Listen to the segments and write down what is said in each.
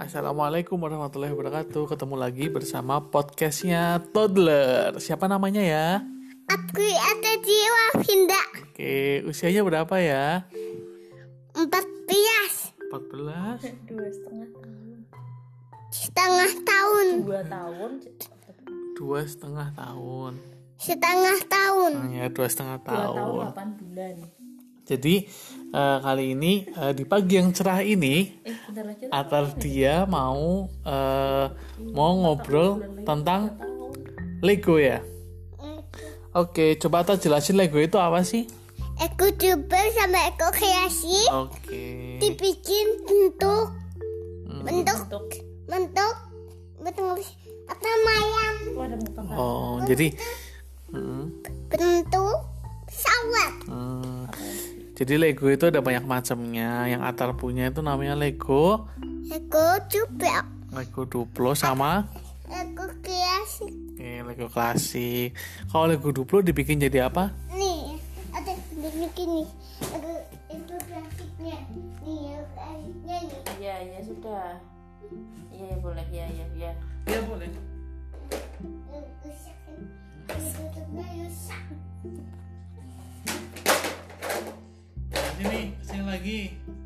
Assalamualaikum warahmatullahi wabarakatuh. Ketemu lagi bersama podcastnya Toddler. Siapa namanya ya? Aku ada jiwa Vinda. Oke, usianya berapa ya? 14 14? 2,5 tahun. setengah tahun 2 tahun. 2,5 tahun. setengah tahun Ya, 2,5 2 tahun tahun. 8 bulan. Jadi kali ini di pagi yang cerah ini Bentar lagi Atar dia mau ngobrol tentang Lego ya. Oke, coba Atar jelasin Lego itu apa sih? Aku coba sama aku kreasi Oke. dibikin bentuk apa namanya ada muka kan? Oh, jadi bentuk pesawat. Jadi Lego itu ada banyak macamnya. Yang Atar punya itu namanya Lego Aku coba Duplo sama aku kreasi Lego klasik. Kalau Lego Duplo dibikin jadi apa? nih ada begini aku itu grafiknya nih grafiknya nih. Iya sudah. Iya boleh ya. Ya boleh. Sini lagi.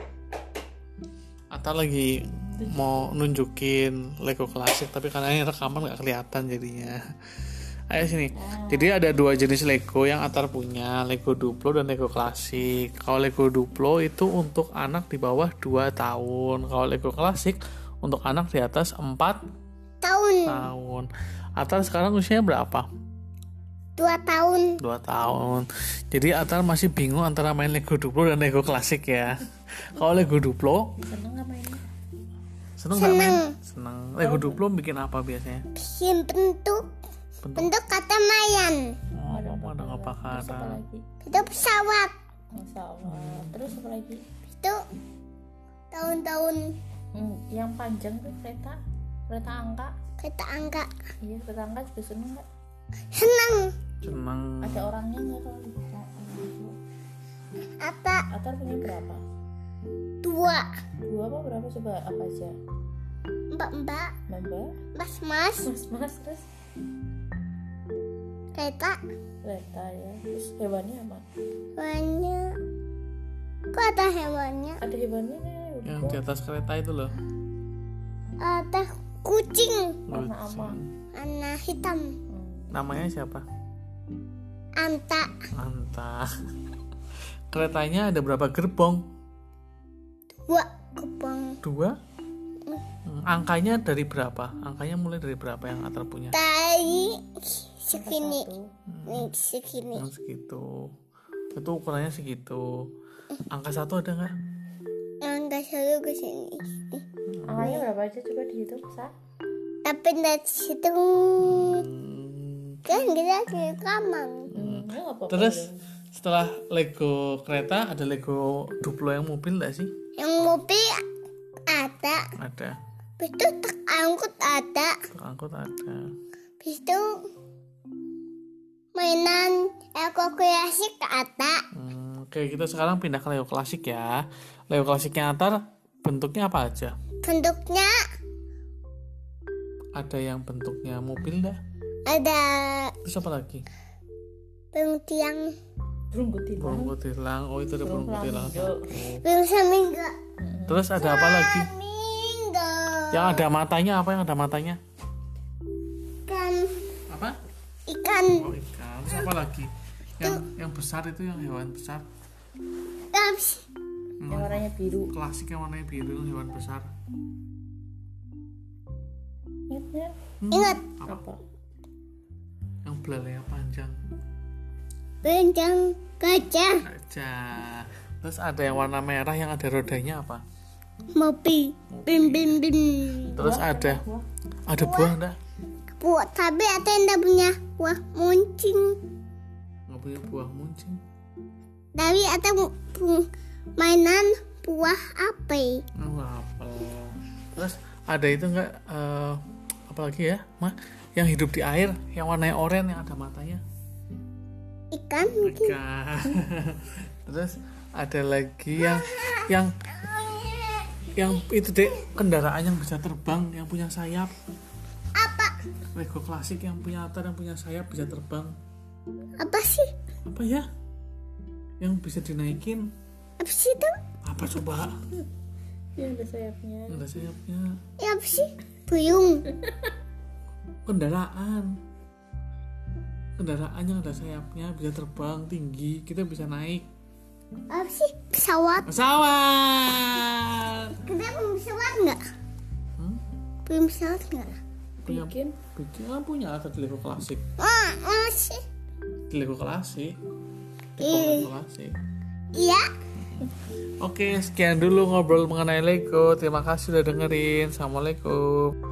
Atar lagi mau nunjukin Lego klasik, tapi karena ini rekaman nggak kelihatan jadinya. Ayo sini. Jadi ada dua jenis Lego yang Atar punya, Lego Duplo dan Lego klasik. Kalau Lego Duplo itu untuk anak di bawah 2 tahun. Kalau Lego klasik untuk anak di atas 4 tahun. Atar sekarang usianya berapa? 2 tahun 2 tahun. Jadi Atar masih bingung antara main Lego Duplo dan Lego klasik ya. Kalau Lego Duplo Seneng nggak mainnya? seneng nggak main? Seneng. Lego Duplo bikin apa biasanya? bikin bentuk kata mayan Ada apa Terus apa kata? lagi? bentuk pesawat Pesawat. Terus apa lagi? itu tahun-tahun Yang panjang tuh kereta angka. kereta angka Iya kereta angka juga seneng nggak? senang Seneng. Ada orangnya nggak kalau di kereta angka? Atar punya berapa? 2 2 apa berapa coba apa aja? mbak Mbak? mas Mas terus kereta kereta ya. Terus hewannya apa? hewannya kok ada hewannya Ada hewannya nih. Yang di atas kereta itu loh. ada kucing Warna apa? warna hitam Namanya siapa? anta Anta. Keretanya ada berapa gerbong? 2 kebang 2? Angkanya dari berapa? Angkanya mulai dari berapa yang Atar punya? dari segini Satu. nih segini Segitu. Itu ukurannya segitu. Angka 1 ada nggak? enggak selalu ke sini Angkanya berapa aja coba dihitung, Sa? tapi dari situ kan kita ke kamar Nggak apa-apa. Terus setelah Lego kereta ada Lego Duplo yang mobil nggak sih? yang mobil ada Ada. itu tak angkut ada Angkut ada. itu mainan kreasi ada Oke, kita sekarang pindah ke Lego klasik ya. Lego klasiknya Atar bentuknya apa aja? bentuknya Ada yang bentuknya mobil nggak? ada Terus apa lagi? burung tiang burung kutilang. Burung kutilang. Oh, itu ada burung kutilang. burung samingga Terus ada apa lagi? minggu Yang ada matanya apa yang ada matanya? kan Apa? ikan Oh, ikan. Terus apa lagi? Yang besar itu yang hewan besar. Yang warnanya biru. Klasik yang warnanya biru, hewan besar. Ingat? ingat Apa? Yang belalainya panjang. benjang gajah Aja. Terus ada yang warna merah yang ada rodanya apa? mobil bim bim bim Terus ada buah enggak? buat tapi ada yang tidak punya buah muncing Nggak punya buah muncing. tapi ada mainan buah api Oh, apel. Terus ada itu enggak apa lagi ya? Yang hidup di air, yang warnanya oranye yang ada matanya. ikan mungkin Ikan. Terus ada lagi yang Yang itu deh, kendaraan yang bisa terbang, yang punya sayap. Apa? Lego klasik yang punya atap, yang punya sayap, bisa terbang. Apa sih? Apa ya? Yang bisa dinaikin. Apa sih itu? Apa coba? Yang ada sayapnya. Ada sayapnya. Ya, apa sih? Puyung. Kendaraan yang ada sayapnya, bisa terbang tinggi, kita bisa naik. Apa sih? Pesawat. Pesawat. Kita punya pesawat nggak? Punya pesawat nggak? Bikin. Punya atap di Lego klasik. Masih. Di Lego klasik. Di Ih. Lego klasik. Iya. Oke, sekian dulu ngobrol mengenai Lego. Terima kasih sudah dengerin. Assalamualaikum.